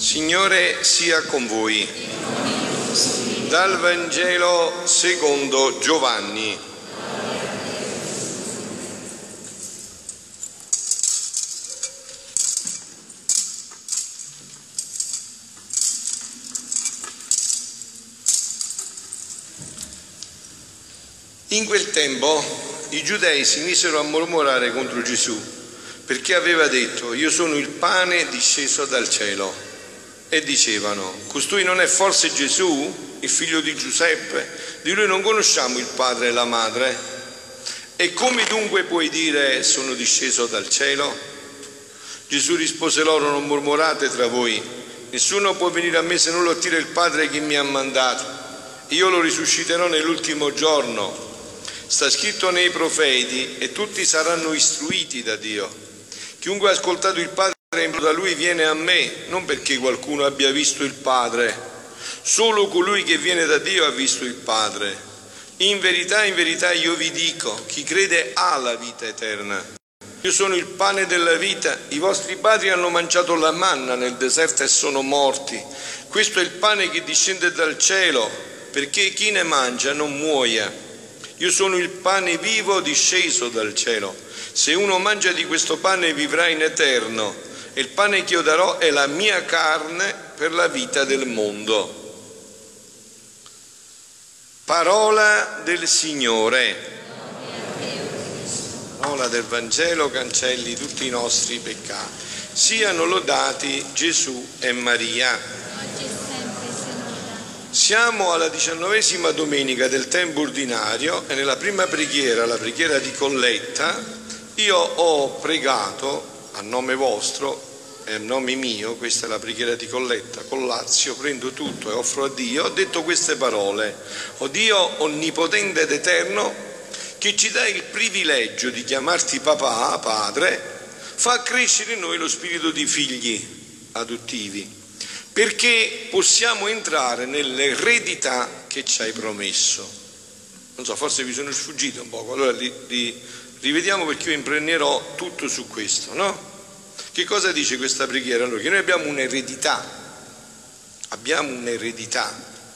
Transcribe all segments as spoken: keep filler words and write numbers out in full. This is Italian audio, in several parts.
Signore sia con voi. Dal Vangelo secondo Giovanni. In quel tempo i giudei si misero a mormorare contro Gesù, perché aveva detto: io sono il pane disceso dal cielo. E dicevano: costui non è forse Gesù, il figlio di Giuseppe? Di lui non conosciamo il padre e la madre. E come dunque puoi dire: sono disceso dal cielo? Gesù rispose loro: non mormorate tra voi, nessuno può venire a me se non lo attira il Padre che mi ha mandato. Io lo risusciterò nell'ultimo giorno. Sta scritto nei profeti, e tutti saranno istruiti da Dio. Chiunque ha ascoltato il Padre da lui viene a me, non perché qualcuno abbia visto il Padre. Solo colui che viene da Dio ha visto il Padre. In verità, in verità io vi dico, chi crede ha la vita eterna. Io sono il pane della vita. I vostri padri hanno mangiato la manna nel deserto e sono morti. Questo è il pane che discende dal cielo, perché chi ne mangia non muoia. Io sono il pane vivo disceso dal cielo. Se uno mangia di questo pane vivrà in eterno, e il pane che io darò è la mia carne per la vita del mondo. Parola del Signore. Parola del Vangelo cancelli tutti i nostri peccati. Siano lodati Gesù e Maria. Siamo alla diciannovesima domenica del tempo ordinario e nella prima preghiera, la preghiera di colletta, io ho pregato a nome vostro e a nome mio, questa è la preghiera di colletta, con l'azio prendo tutto e offro a Dio, ho detto queste parole: o Dio onnipotente ed eterno, che ci dai il privilegio di chiamarti papà, padre, fa crescere in noi lo spirito di figli adottivi, perché possiamo entrare nell'eredità che ci hai promesso. Non so, forse vi sono sfuggito un po', allora li, li rivediamo, perché io impregnerò tutto su questo, no? Che cosa dice questa preghiera? Allora, che noi abbiamo un'eredità, abbiamo un'eredità.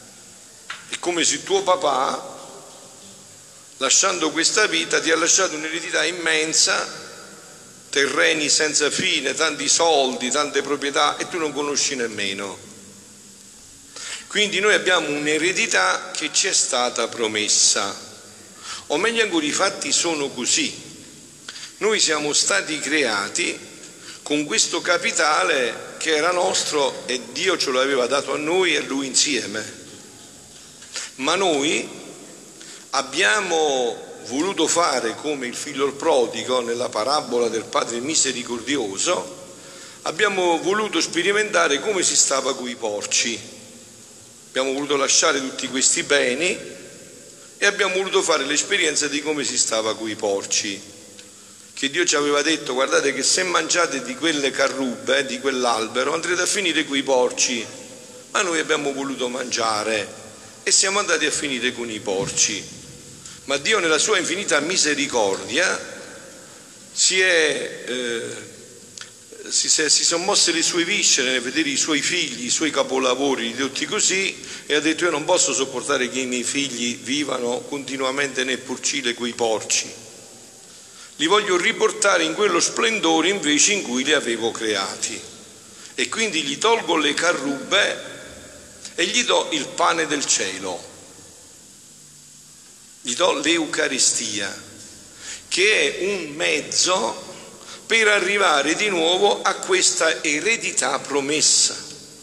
È come se tuo papà, lasciando questa vita, ti ha lasciato un'eredità immensa, terreni senza fine, tanti soldi, tante proprietà, e tu non conosci nemmeno. Quindi noi abbiamo un'eredità che ci è stata promessa, o meglio ancora, i fatti sono così. Noi siamo stati creati con questo capitale che era nostro e Dio ce lo aveva dato a noi e Lui insieme. Ma noi abbiamo voluto fare come il figlio prodigo nella parabola del padre misericordioso, abbiamo voluto sperimentare come si stava coi porci, abbiamo voluto lasciare tutti questi beni e abbiamo voluto fare l'esperienza di come si stava coi porci, che Dio ci aveva detto: guardate che se mangiate di quelle carrubbe, eh, di quell'albero, andrete a finire coi porci. Ma noi abbiamo voluto mangiare e siamo andati a finire con i porci. Ma Dio, nella sua infinita misericordia, si, è, eh, si, si, si sono mosse le sue viscere nel vedere i suoi figli, i suoi capolavori ridotti così, e ha detto: io non posso sopportare che i miei figli vivano continuamente nel porcile coi porci. Li voglio riportare in quello splendore invece in cui li avevo creati. E quindi gli tolgo le carrubbe e gli do il pane del cielo. Gli do l'Eucaristia, che è un mezzo per arrivare di nuovo a questa eredità promessa.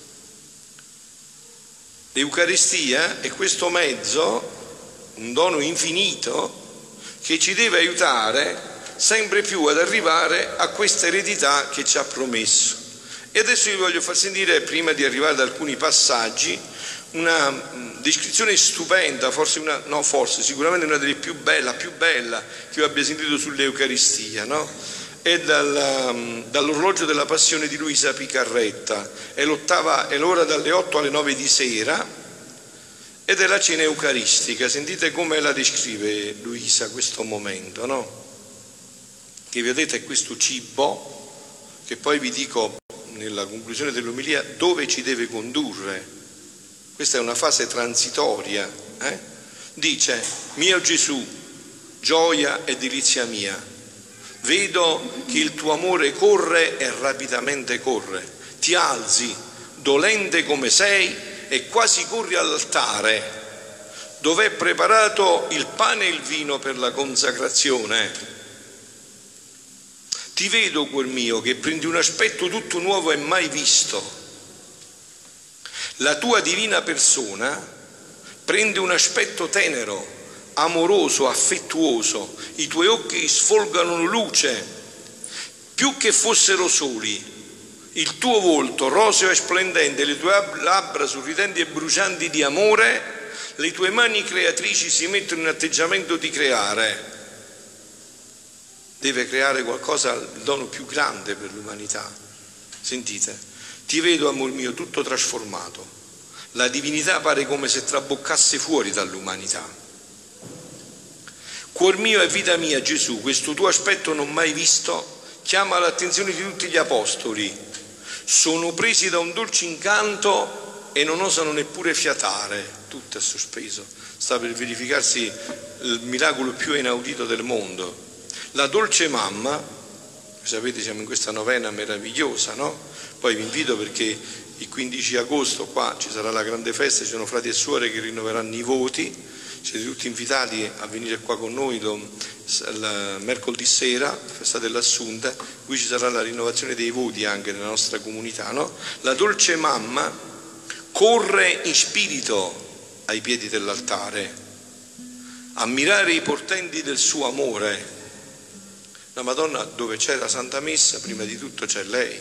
L'Eucaristia è questo mezzo, un dono infinito, che ci deve aiutare sempre più ad arrivare a questa eredità che ci ha promesso. E adesso vi voglio far sentire, prima di arrivare ad alcuni passaggi, una descrizione stupenda, forse una, no forse, sicuramente una delle più belle, la più bella che io abbia sentito sull'Eucaristia, no? È dal, dall'orologio della passione di Luisa Picarretta, è l'ottava, è l'ora dalle otto alle nove di sera, ed è la cena eucaristica. Sentite come la descrive Luisa questo momento, no? Che vedete è questo cibo, che poi vi dico nella conclusione dell'omilia dove ci deve condurre. Questa è una fase transitoria. Eh? Dice: mio Gesù, gioia e delizia mia, vedo che il tuo amore corre e rapidamente corre. Ti alzi, dolente come sei, e quasi corri all'altare, dove è preparato il pane e il vino per la consacrazione. Ti vedo, cuor mio, che prendi un aspetto tutto nuovo e mai visto. La tua divina persona prende un aspetto tenero, amoroso, affettuoso. I tuoi occhi sfolgano luce, più che fossero soli. Il tuo volto roseo e splendente, le tue labbra sorridenti e brucianti di amore, le tue mani creatrici si mettono in atteggiamento di creare. Deve creare qualcosa, il dono più grande per l'umanità. Sentite, ti vedo, amor mio, tutto trasformato. La divinità pare come se traboccasse fuori dall'umanità. Cuor mio e vita mia, Gesù, questo tuo aspetto non mai visto chiama l'attenzione di tutti gli apostoli. Sono presi da un dolce incanto e non osano neppure fiatare. Tutto è sospeso. Sta per verificarsi il miracolo più inaudito del mondo. La dolce mamma, sapete, siamo in questa novena meravigliosa, no? Poi vi invito, perché il quindici agosto qua ci sarà la grande festa, ci sono frati e suore che rinnoveranno i voti, siete tutti invitati a venire qua con noi il mercoledì sera, festa dell'Assunta. Qui ci sarà la rinnovazione dei voti anche nella nostra comunità, no? La dolce mamma corre in spirito ai piedi dell'altare, a mirare i portenti del suo amore. La Madonna, dove c'è la Santa Messa, prima di tutto c'è lei,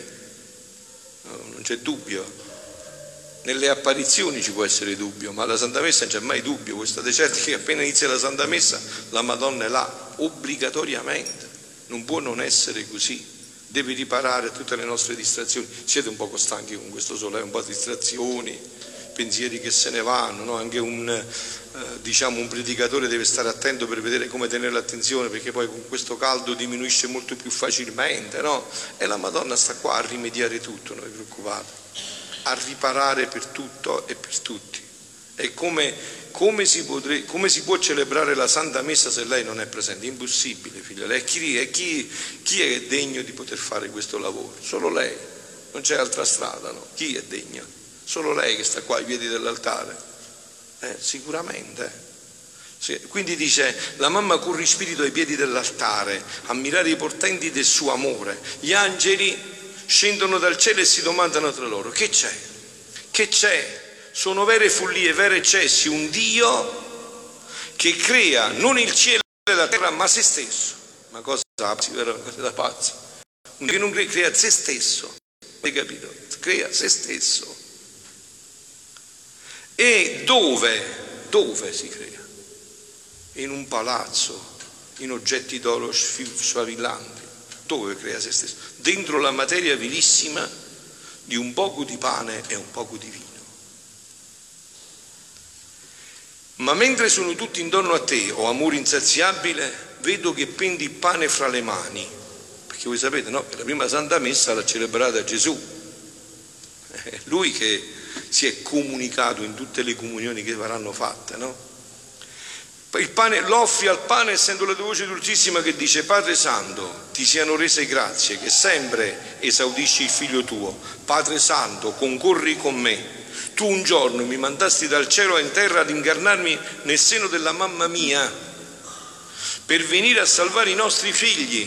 no, non c'è dubbio. Nelle apparizioni ci può essere dubbio, ma alla Santa Messa non c'è mai dubbio. Voi state certi che appena inizia la Santa Messa la Madonna è là, obbligatoriamente. Non può non essere così, deve riparare tutte le nostre distrazioni. Siete un po' stanchi con questo sole, un po' di distrazioni, pensieri che se ne vanno, no? Anche un, eh, diciamo, un predicatore deve stare attento per vedere come tenere l'attenzione, perché poi con questo caldo diminuisce molto più facilmente, no? E la Madonna sta qua a rimediare tutto, non vi preoccupate, a riparare per tutto e per tutti. E come, come, si potre, come si può celebrare la Santa Messa se lei non è presente? Impossibile, figliola. E chi, e chi, chi è degno di poter fare questo lavoro? Solo lei, non c'è altra strada, no? Chi è degno? Solo lei che sta qua ai piedi dell'altare, eh, sicuramente. Sì. Quindi dice, la mamma corre in spirito ai piedi dell'altare, a mirare i portenti del suo amore. Gli angeli scendono dal cielo e si domandano tra loro: che c'è? Che c'è? Sono vere follie, veri eccessi, un Dio che crea non il cielo e la terra ma se stesso. Ma cosa da pazzi? Un Dio che non crea se stesso, hai capito? Crea se stesso. E dove? Dove si crea? In un palazzo, in oggetti d'oro sfavillanti. Dove crea se stesso? Dentro la materia vilissima di un poco di pane e un poco di vino. Ma mentre sono tutti intorno a te, o amore insaziabile, vedo che pendi il pane fra le mani. Perché voi sapete, no? Che la prima Santa Messa l'ha celebrata Gesù. È lui che si è comunicato in tutte le comunioni che verranno fatte, no? Il pane, lo offri al pane e sento la tua voce dolcissima che dice: Padre Santo, ti siano rese grazie che sempre esaudisci il figlio tuo. Padre Santo, concorri con me. Tu un giorno mi mandasti dal cielo in terra ad incarnarmi nel seno della mamma mia per venire a salvare i nostri figli.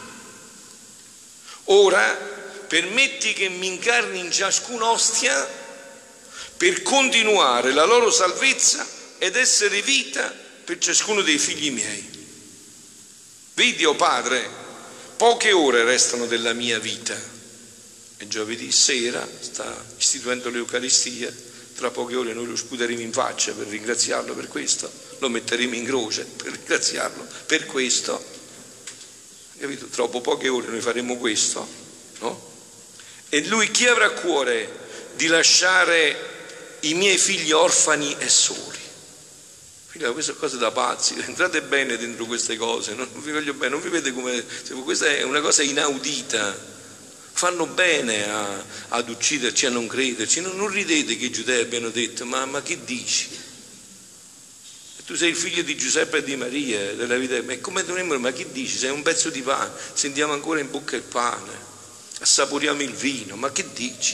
Ora permetti che mi incarni in ciascuna ostia per continuare la loro salvezza ed essere vita per ciascuno dei figli miei. Vedi, o Padre, poche ore restano della mia vita. E giovedì sera sta istituendo l'Eucaristia, tra poche ore noi lo sputeremo in faccia per ringraziarlo per questo, lo metteremo in croce per ringraziarlo per questo, capito? Troppo poche ore noi faremo questo, no? E lui chi avrà a cuore di lasciare i miei figli orfani e soli? Figlio, queste sono cose da pazzi, entrate bene dentro queste cose, non vi voglio bene, non vi vedete come, questa è una cosa inaudita. fanno bene a, ad ucciderci, a non crederci. Non, non ridete che i giudei abbiano detto, ma, ma che dici? Tu sei il figlio di Giuseppe e di Maria, della vita, ma come dovremmo, ma che dici? Sei un pezzo di pane, sentiamo ancora in bocca il pane, assaporiamo il vino, ma che dici?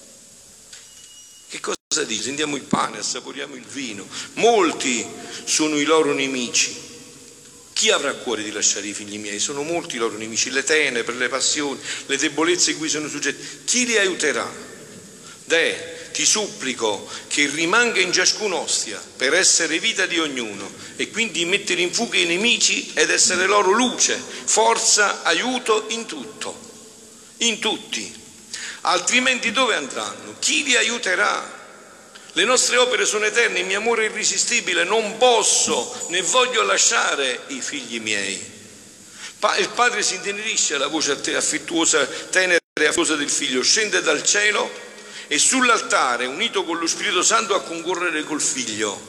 Che cosa dici? Sentiamo il pane, assaporiamo il vino. Molti sono i loro nemici. Chi avrà cuore di lasciare i figli miei? Sono molti i loro nemici, le tenebre, le passioni, le debolezze cui sono soggetti. Chi li aiuterà? Deh, ti supplico che rimanga in ciascun ostia per essere vita di ognuno e quindi mettere in fuga i nemici ed essere loro luce, forza, aiuto in tutto, in tutti. Altrimenti dove andranno? Chi li aiuterà? Le nostre opere sono eterne, il mio amore è irresistibile, non posso né voglio lasciare i figli miei. Pa- il padre si intenerisce alla voce affettuosa, tenera e affettuosa del figlio, scende dal cielo e sull'altare, unito con lo Spirito Santo, a concorrere col figlio.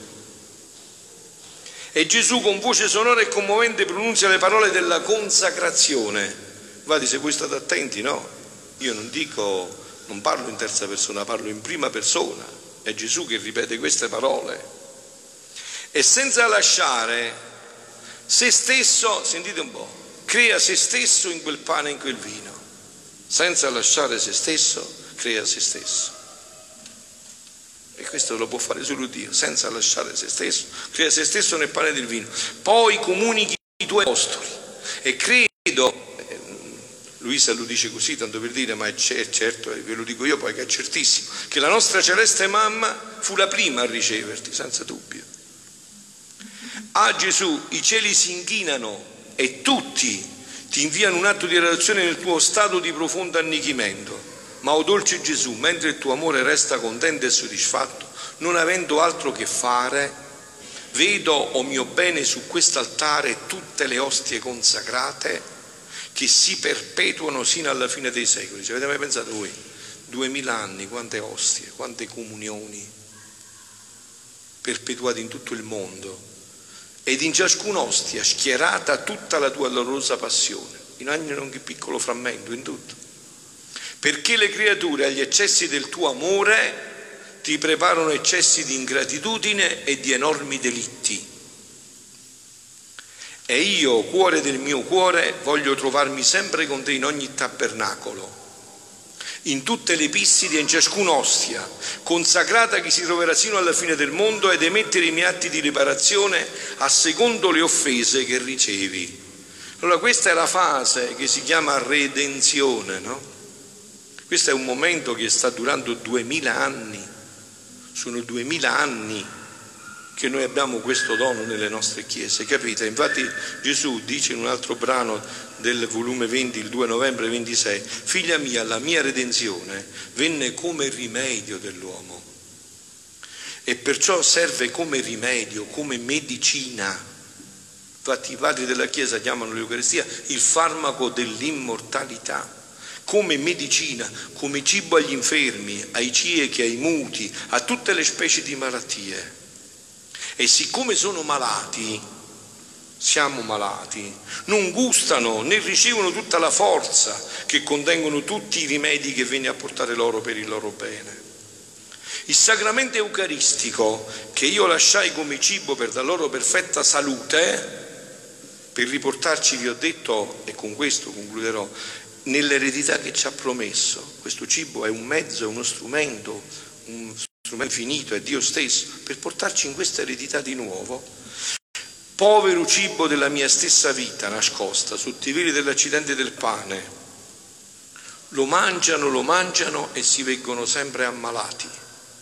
E Gesù con voce sonora e commovente pronuncia le parole della consacrazione. Guardi, se voi state attenti, no? Io non dico, non parlo in terza persona, parlo in prima persona. È Gesù che ripete queste parole. E senza lasciare se stesso, sentite un po', crea se stesso in quel pane e in quel vino. Senza lasciare se stesso, crea se stesso. E questo lo può fare solo Dio, senza lasciare se stesso, crea se stesso nel pane e nel vino. Poi comunichi i tuoi apostoli. E credo, Luisa lo dice così, tanto per dire, ma è certo, ve lo dico io poi che è certissimo, che la nostra celeste mamma fu la prima a riceverti, senza dubbio. A Gesù i cieli si inchinano e tutti ti inviano un atto di adorazione nel tuo stato di profondo annichimento. Ma o dolce Gesù, mentre il tuo amore resta contento e soddisfatto, non avendo altro che fare, vedo, o mio bene, su quest'altare tutte le ostie consacrate che si perpetuano sino alla fine dei secoli. Ci avete mai pensato voi? Duemila anni, quante ostie, quante comunioni perpetuate in tutto il mondo, ed in ciascuna ostia schierata tutta la tua dolorosa passione, in ogni piccolo frammento, in tutto. Perché le creature agli eccessi del tuo amore ti preparano eccessi di ingratitudine e di enormi delitti. E io, cuore del mio cuore, voglio trovarmi sempre con te in ogni tabernacolo, in tutte le pisside e in ciascuna ostia, consacrata che si troverà sino alla fine del mondo, ed emettere i miei atti di riparazione a secondo le offese che ricevi. Allora questa è la fase che si chiama redenzione, no? Questo è un momento che sta durando duemila anni, sono duemila anni che noi abbiamo questo dono nelle nostre chiese, capite? Infatti Gesù dice in un altro brano del volume venti, il due novembre ventisei, figlia mia, la mia redenzione venne come rimedio dell'uomo e perciò serve come rimedio, come medicina. Infatti i padri della Chiesa chiamano l'Eucaristia il farmaco dell'immortalità, come medicina, come cibo agli infermi, ai ciechi, ai muti, a tutte le specie di malattie. E siccome sono malati, siamo malati, non gustano né ricevono tutta la forza che contengono tutti i rimedi che viene a portare loro per il loro bene. Il sacramento eucaristico che io lasciai come cibo per la loro perfetta salute, per riportarci, vi ho detto, e con questo concluderò, nell'eredità che ci ha promesso. Questo cibo è un mezzo, è uno strumento, un strumento finito, è Dio stesso, per portarci in questa eredità di nuovo. Povero cibo della mia stessa vita nascosta sotto i veli dell'accidente del pane, lo mangiano, lo mangiano e si veggono sempre ammalati.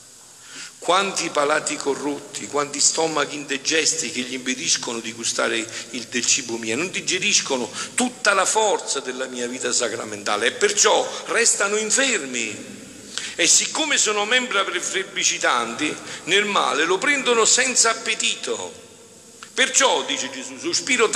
Quanti palati corrotti, quanti stomachi indigesti che gli impediscono di gustare il del cibo mio, non digeriscono tutta la forza della mia vita sacramentale e perciò restano infermi. E siccome sono membra febbricitanti, nel male lo prendono senza appetito. Perciò, dice Gesù, sospiro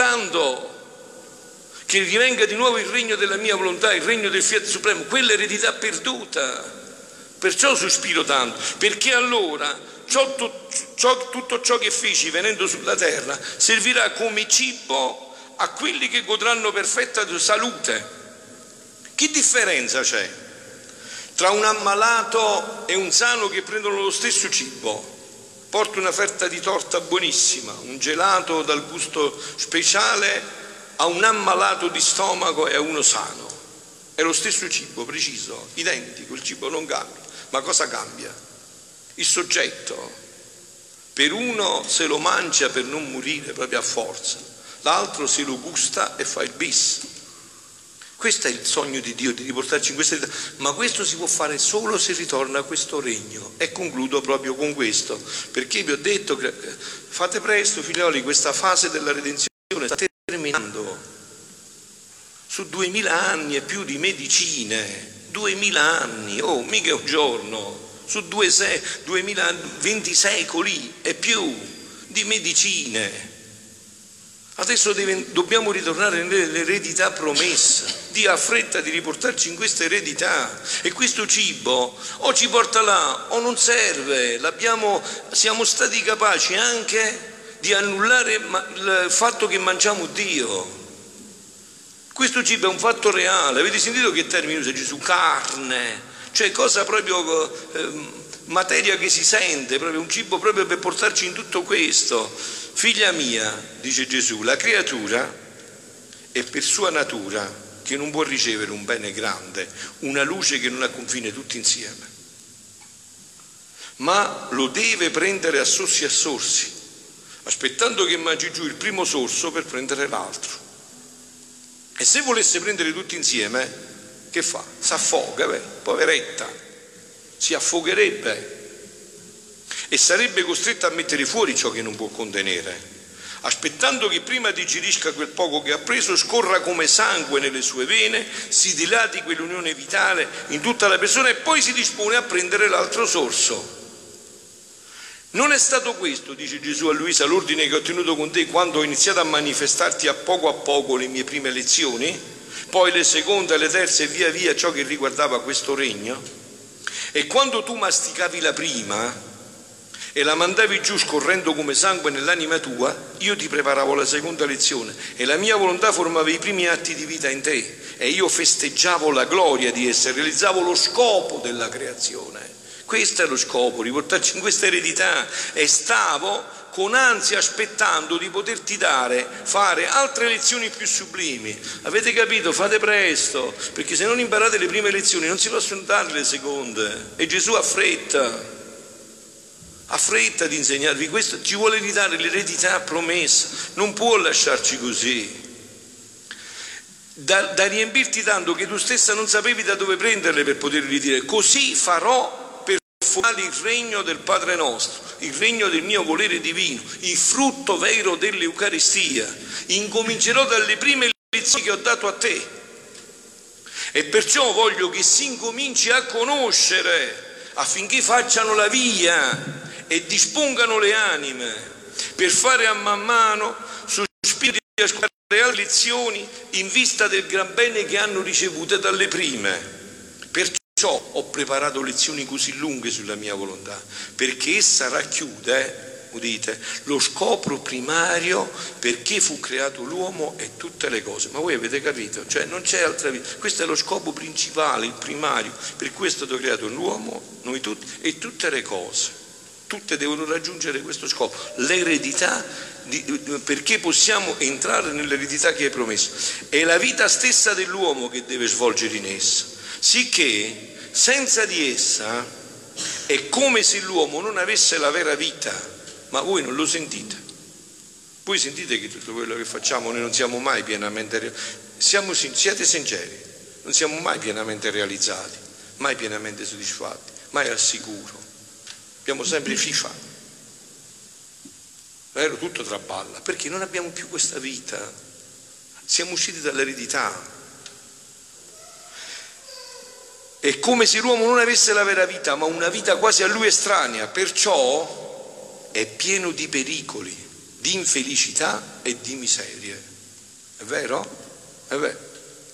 tanto che rivenga di nuovo il regno della mia volontà, il regno del Fiat Supremo, quell'eredità perduta. Perciò sospiro tanto, perché allora ciò, ciò, tutto ciò che feci venendo sulla terra servirà come cibo a quelli che godranno perfetta salute, Che differenza c'è tra un ammalato e un sano che prendono lo stesso cibo? Porto una fetta di torta buonissima, un gelato dal gusto speciale a un ammalato di stomaco e a uno sano. È lo stesso cibo, preciso, identico, il cibo non cambia. Ma cosa cambia? Il soggetto. Per uno se lo mangia per non morire proprio a forza, l'altro se lo gusta e fa il bis. Questo è il sogno di Dio, di riportarci in questa realtà, ma questo si può fare solo se ritorna a questo regno. E concludo proprio con questo, perché vi ho detto che fate presto, figlioli, questa fase della redenzione sta terminando. Su duemila anni e più di medicine, duemila anni, oh, mica un giorno, su due se, duemila, venti secoli e più di medicine. Adesso deve, dobbiamo ritornare nell'eredità promessa. Dio ha fretta di riportarci in questa eredità, e questo cibo o ci porta là o non serve. L'abbiamo, siamo stati capaci anche di annullare il fatto che mangiamo Dio. Questo cibo è un fatto reale. Avete sentito che termine usa Gesù? Carne, cioè cosa proprio, eh, materia che si sente, proprio un cibo proprio per portarci in tutto questo. Figlia mia, dice Gesù, la creatura è per sua natura che non può ricevere un bene grande, una luce che non ha confine tutti insieme, ma lo deve prendere a sorsi a sorsi, aspettando che mangi giù il primo sorso per prendere l'altro. E se volesse prendere tutti insieme, che fa? S'affoga, beh, poveretta, si affogherebbe e sarebbe costretta a mettere fuori ciò che non può contenere, aspettando che prima digerisca quel poco che ha preso, scorra come sangue nelle sue vene, si dilati quell'unione vitale in tutta la persona e poi si dispone a prendere l'altro sorso. Non è stato questo, dice Gesù a Luisa, l'ordine che ho tenuto con te quando ho iniziato a manifestarti a poco a poco le mie prime lezioni, poi le seconde, le terze e via via ciò che riguardava questo regno? E quando tu masticavi la prima e la mandavi giù scorrendo come sangue nell'anima tua, io ti preparavo la seconda lezione e la mia volontà formava i primi atti di vita in te e io festeggiavo la gloria di essa, realizzavo lo scopo della creazione. Questo è lo scopo, riportarci in questa eredità, e stavo con ansia aspettando di poterti dare, fare altre lezioni più sublimi. Avete capito? Fate presto, perché se non imparate le prime lezioni non si possono dare le seconde, e Gesù ha fretta. Ha fretta di insegnarvi questo, ci vuole ridare l'eredità promessa, non può lasciarci così, da, da riempirti tanto che tu stessa non sapevi da dove prenderle per potergli dire: così farò per formare il regno del Padre nostro, il regno del mio volere divino, il frutto vero dell'Eucaristia. Incomincerò dalle prime lezioni che ho dato a te, e perciò voglio che si incominci a conoscere, affinché facciano la via e dispongano le anime per fare a man mano sospiri di ascoltare altre lezioni in vista del gran bene che hanno ricevute dalle prime. Perciò ho preparato lezioni così lunghe sulla mia volontà, perché essa racchiude, udite, lo scopo primario perché fu creato l'uomo e tutte le cose. Ma voi avete capito? Cioè non c'è altra vita. Questo è lo scopo principale, il primario, per cui è stato creato l'uomo, noi tutti e tutte le cose. Tutte devono raggiungere questo scopo, l'eredità, di, perché possiamo entrare nell'eredità che hai promesso. È la vita stessa dell'uomo che deve svolgere in essa, sicché senza di essa è come se l'uomo non avesse la vera vita. Ma voi non lo sentite? Voi sentite che tutto quello che facciamo noi non siamo mai pienamente realizzati? Siete sinceri, non siamo mai pienamente realizzati, mai pienamente soddisfatti, mai al sicuro. Abbiamo sempre FIFA, vero? Tutto traballa, perché non abbiamo più questa vita, siamo usciti dall'eredità. È come se l'uomo non avesse la vera vita, ma una vita quasi a lui estranea, perciò è pieno di pericoli, di infelicità e di miserie. È vero? È vero.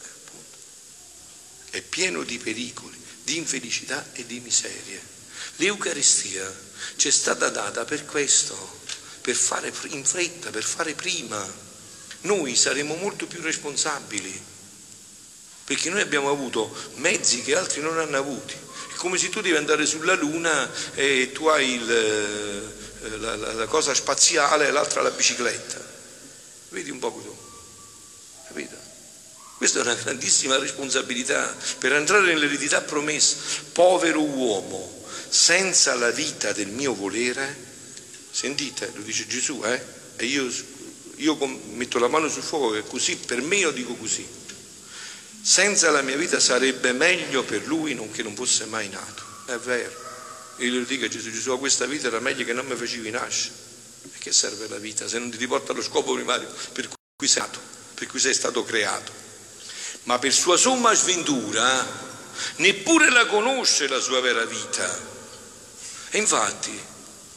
È pieno di pericoli, di infelicità e di miserie. L'Eucaristia ci è stata data per questo, per fare in fretta, per fare prima. Noi saremo molto più responsabili perché noi abbiamo avuto mezzi che altri non hanno avuti. È come se tu devi andare sulla Luna e tu hai il, la, la, la cosa spaziale e l'altra la bicicletta. Vedi un po' tu, capito? Questa è una grandissima responsabilità per entrare nell'eredità promessa. Povero uomo, senza la vita del mio volere, sentite, lo dice Gesù, eh? E io, io metto la mano sul fuoco che così, per me io dico così. Senza la mia vita sarebbe meglio per lui non che non fosse mai nato. È vero. Io glielo dico a Gesù, Gesù, a questa vita era meglio che non mi facevi nascere. E che serve la vita se non ti riporta allo scopo primario per cui sei nato, per cui sei stato creato? Ma per sua somma sventura neppure la conosce la sua vera vita. E infatti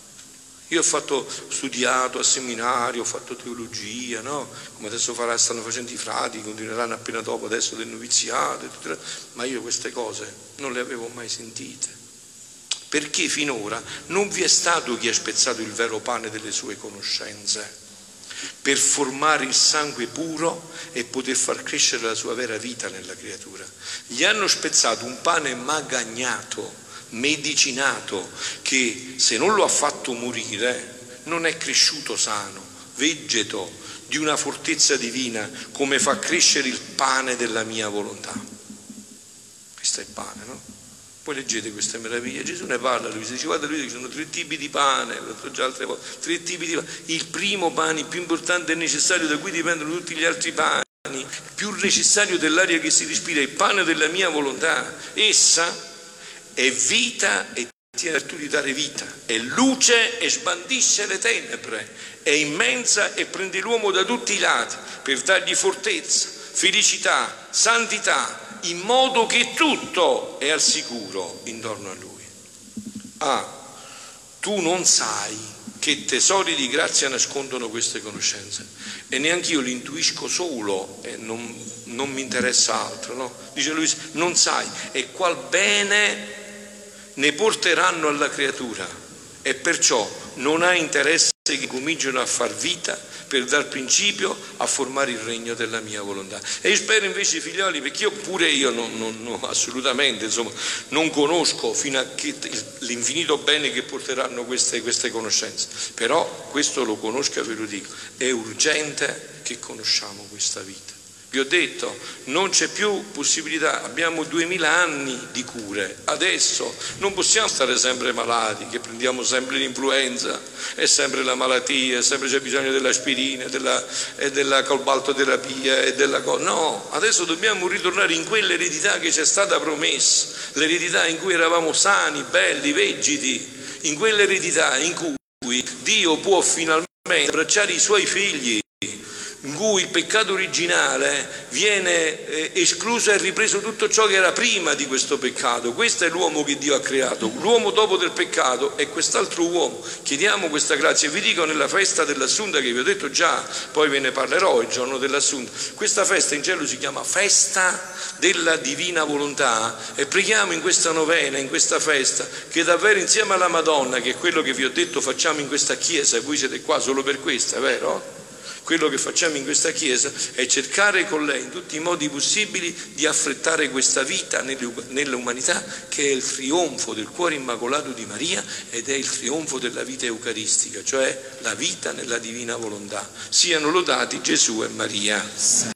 io ho fatto studiato a seminario, ho fatto teologia, no? Come adesso farà, stanno facendo i frati, continueranno appena dopo adesso del noviziato, ma io queste cose non le avevo mai sentite, perché finora non vi è stato chi ha spezzato il vero pane delle sue conoscenze per formare il sangue puro e poter far crescere la sua vera vita nella creatura. Gli hanno spezzato un pane magagnato, medicinato, che se non lo ha fatto morire non è cresciuto sano, vegeto di una fortezza divina, come fa crescere il pane della mia volontà. Questo è il pane, no? Poi leggete queste meraviglie, Gesù ne parla, lui dice, guarda, lui dice, ci sono tre tipi di pane, l'ho detto già altre volte, tre tipi di pane. Il primo pane, il più importante e necessario, da cui dipendono tutti gli altri pani, il più necessario dell'aria che si respira, il pane della mia volontà. Essa è vita e tiene virtù di dare vita, è luce e sbandisce le tenebre, è immensa e prende l'uomo da tutti i lati per dargli fortezza, felicità, santità, in modo che tutto è al sicuro intorno a lui. Ah, tu non sai che tesori di grazia nascondono queste conoscenze, e neanche io li intuisco solo e non, non mi interessa altro, no? Dice lui, non sai, e qual bene ne porteranno alla creatura, e perciò non ha interesse che cominciano a far vita per dar principio a formare il regno della mia volontà. E io spero invece, figlioli, perché io pure io non, non, non, assolutamente insomma, non conosco fino a che l'infinito bene che porteranno queste, queste conoscenze, però questo lo conosco e ve lo dico, è urgente che conosciamo questa vita. Vi ho detto, non c'è più possibilità, abbiamo duemila anni di cure, adesso non possiamo stare sempre malati, che prendiamo sempre l'influenza, è sempre la malattia, è sempre c'è bisogno dell'aspirina, della, e della cobaltoterapia e della cosa. No, adesso dobbiamo ritornare in quell'eredità che ci è stata promessa, l'eredità in cui eravamo sani, belli, vegeti, in quell'eredità in cui Dio può finalmente abbracciare i suoi figli, in cui il peccato originale viene eh, escluso e ripreso tutto ciò che era prima di questo peccato. Questo è l'uomo che Dio ha creato, l'uomo dopo del peccato è quest'altro uomo. Chiediamo questa grazia. Vi dico, nella festa dell'Assunta, che vi ho detto già, poi ve ne parlerò il giorno dell'Assunta, questa festa in cielo si chiama festa della divina volontà, e preghiamo in questa novena, in questa festa, che davvero insieme alla Madonna, che è quello che vi ho detto facciamo in questa chiesa, voi siete qua solo per questa, è vero? Quello che facciamo in questa chiesa è cercare con lei in tutti i modi possibili di affrettare questa vita nell'umanità, che è il trionfo del cuore immacolato di Maria ed è il trionfo della vita eucaristica, cioè la vita nella divina volontà. Siano lodati Gesù e Maria.